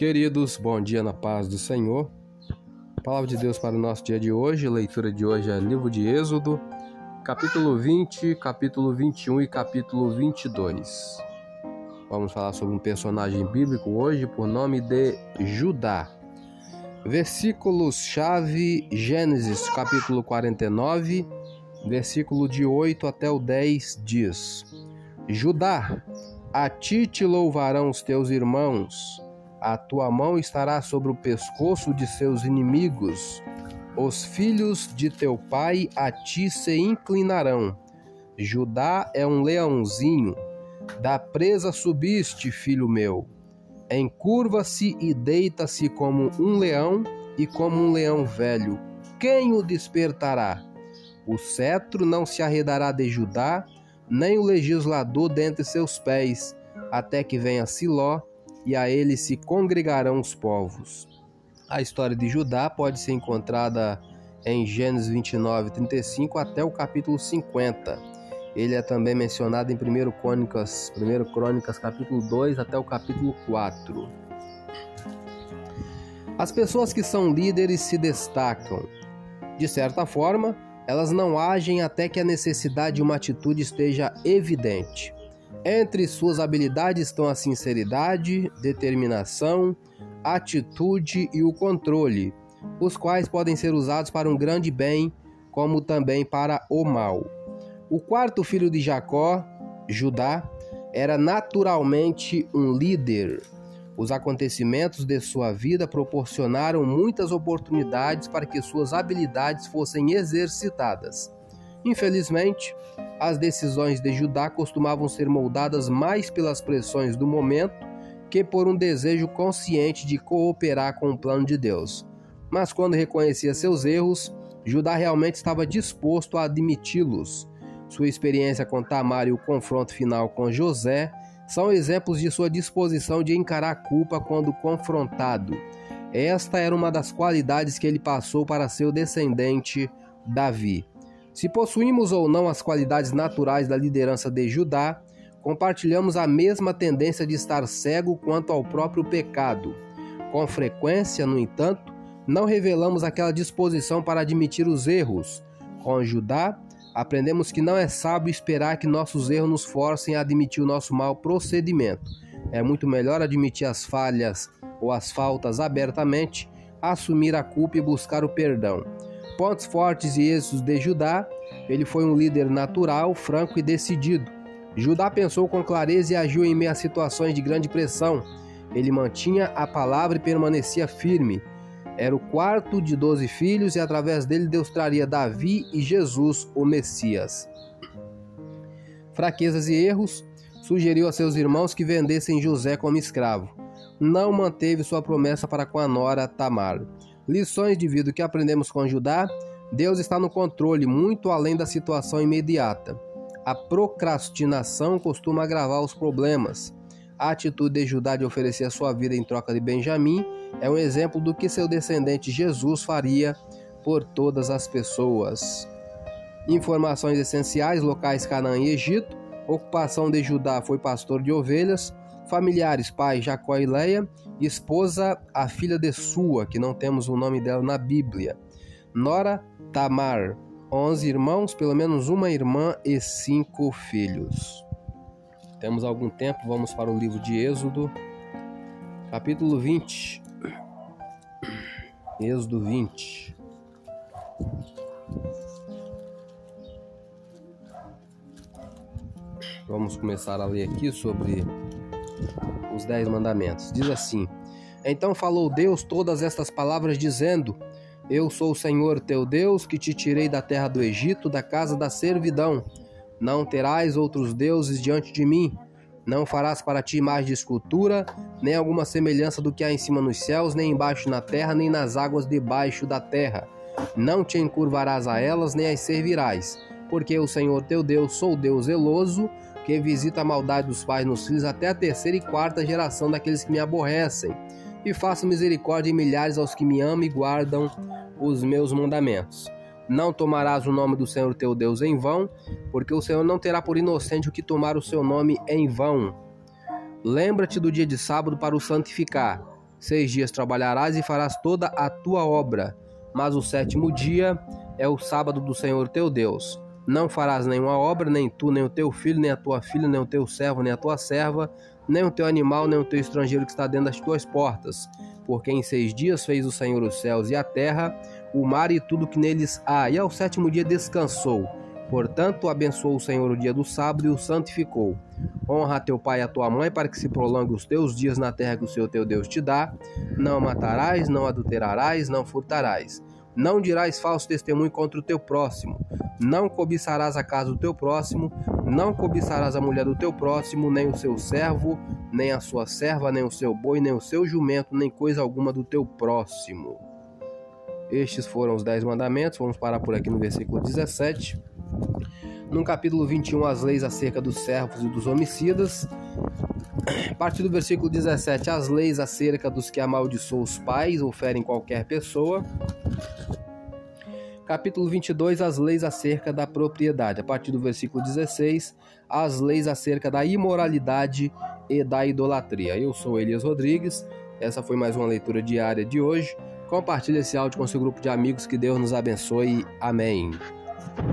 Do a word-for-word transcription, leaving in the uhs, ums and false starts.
Queridos, bom dia na paz do Senhor. Palavra de Deus para o nosso dia de hoje. A leitura de hoje é livro de Êxodo, capítulo vinte, capítulo vinte e um e capítulo vinte e dois. Vamos falar sobre um personagem bíblico hoje por nome de Judá. Versículos-chave, Gênesis capítulo quarenta e nove, versículo de oito até o dez diz: Judá, a ti te louvarão os teus irmãos, a tua mão estará sobre o pescoço de seus inimigos, os filhos de teu pai a ti se inclinarão. Judá é um leãozinho, da presa subiste, filho meu. Encurva-se e deita-se como um leão e como um leão velho. Quem o despertará? O cetro não se arredará de Judá, nem o legislador dentre seus pés, até que venha Siló, e a ele se congregarão os povos. A história de Judá pode ser encontrada em Gênesis vinte e nove, trinta e cinco até o capítulo cinquenta. Ele é também mencionado em primeiro Crônicas, primeiro Crônicas capítulo dois até o capítulo quatro. As pessoas que são líderes se destacam. De certa forma, elas não agem até que a necessidade de uma atitude esteja evidente. Entre suas habilidades estão a sinceridade, determinação, atitude e o controle, os quais podem ser usados para um grande bem, como também para o mal. O quarto filho de Jacó, Judá, era naturalmente um líder. Os acontecimentos de sua vida proporcionaram muitas oportunidades para que suas habilidades fossem exercitadas. Infelizmente, as decisões de Judá costumavam ser moldadas mais pelas pressões do momento que por um desejo consciente de cooperar com o plano de Deus. Mas quando reconhecia seus erros, Judá realmente estava disposto a admiti-los. Sua experiência com Tamar e o confronto final com José são exemplos de sua disposição de encarar a culpa quando confrontado. Esta era uma das qualidades que ele passou para seu descendente, Davi. Se possuímos ou não as qualidades naturais da liderança de Judá, compartilhamos a mesma tendência de estar cego quanto ao próprio pecado. Com frequência, no entanto, não revelamos aquela disposição para admitir os erros. Com Judá, aprendemos que não é sábio esperar que nossos erros nos forcem a admitir o nosso mau procedimento. É muito melhor admitir as falhas ou as faltas abertamente, assumir a culpa e buscar o perdão. Pontos fortes e êxitos de Judá: ele foi um líder natural, franco e decidido. Judá pensou com clareza e agiu em meio a situações de grande pressão. Ele mantinha a palavra e permanecia firme. Era o quarto de doze filhos e através dele Deus traria Davi e Jesus, o Messias. Fraquezas e erros: sugeriu a seus irmãos que vendessem José como escravo. Não manteve sua promessa para com a nora Tamar. Lições de vida que aprendemos com Judá: Deus está no controle, muito além da situação imediata. A procrastinação costuma agravar os problemas. A atitude de Judá de oferecer a sua vida em troca de Benjamim é um exemplo do que seu descendente Jesus faria por todas as pessoas. Informações essenciais: locais Canaã e Egito. Ocupação de Judá: foi pastor de ovelhas. Familiares: pai Jacó e Leia. Esposa: a filha de Sua, que não temos o nome dela na Bíblia. Nora: Tamar. Onze irmãos, pelo menos uma irmã e cinco filhos. Temos algum tempo, vamos para o livro de Êxodo, capítulo vinte. Êxodo vinte. Vamos começar a ler aqui sobre os dez mandamentos. Diz assim: Então falou Deus todas estas palavras, dizendo: Eu sou o Senhor teu Deus, que te tirei da terra do Egito, da casa da servidão. Não terás outros deuses diante de mim. Não farás para ti imagem de escultura, nem alguma semelhança do que há em cima nos céus, nem embaixo na terra, nem nas águas debaixo da terra. Não te encurvarás a elas, nem as servirás, porque o Senhor teu Deus sou Deus zeloso, que visita a maldade dos pais nos filhos até a terceira e quarta geração daqueles que me aborrecem, e faço misericórdia em milhares aos que me amam e guardam os meus mandamentos. Não tomarás o nome do Senhor teu Deus em vão, porque o Senhor não terá por inocente o que tomar o seu nome em vão. Lembra-te do dia de sábado para o santificar. Seis dias trabalharás e farás toda a tua obra, mas o sétimo dia é o sábado do Senhor teu Deus. Não farás nenhuma obra, nem tu, nem o teu filho, nem a tua filha, nem o teu servo, nem a tua serva, nem o teu animal, nem o teu estrangeiro que está dentro das tuas portas. Porque em seis dias fez o Senhor os céus e a terra, o mar e tudo que neles há, e ao sétimo dia descansou. Portanto, abençoou o Senhor o dia do sábado e o santificou. Honra a teu pai e a tua mãe, para que se prolongue os teus dias na terra que o Senhor teu Deus te dá. Não matarás, não adulterarás, não furtarás. Não dirás falso testemunho contra o teu próximo. Não cobiçarás a casa do teu próximo. Não cobiçarás a mulher do teu próximo, nem o seu servo, nem a sua serva, nem o seu boi, nem o seu jumento, nem coisa alguma do teu próximo. Estes foram os dez mandamentos. Vamos parar por aqui no versículo dezessete. No capítulo vinte e um, as leis acerca dos servos e dos homicidas. A partir do versículo dezessete, as leis acerca dos que amaldiçoam os pais ou ferem qualquer pessoa. Capítulo vinte e dois, as leis acerca da propriedade. A partir do versículo dezesseis, as leis acerca da imoralidade e da idolatria. Eu sou Elias Rodrigues, essa foi mais uma leitura diária de hoje. Compartilhe esse áudio com seu grupo de amigos, que Deus nos abençoe. Amém.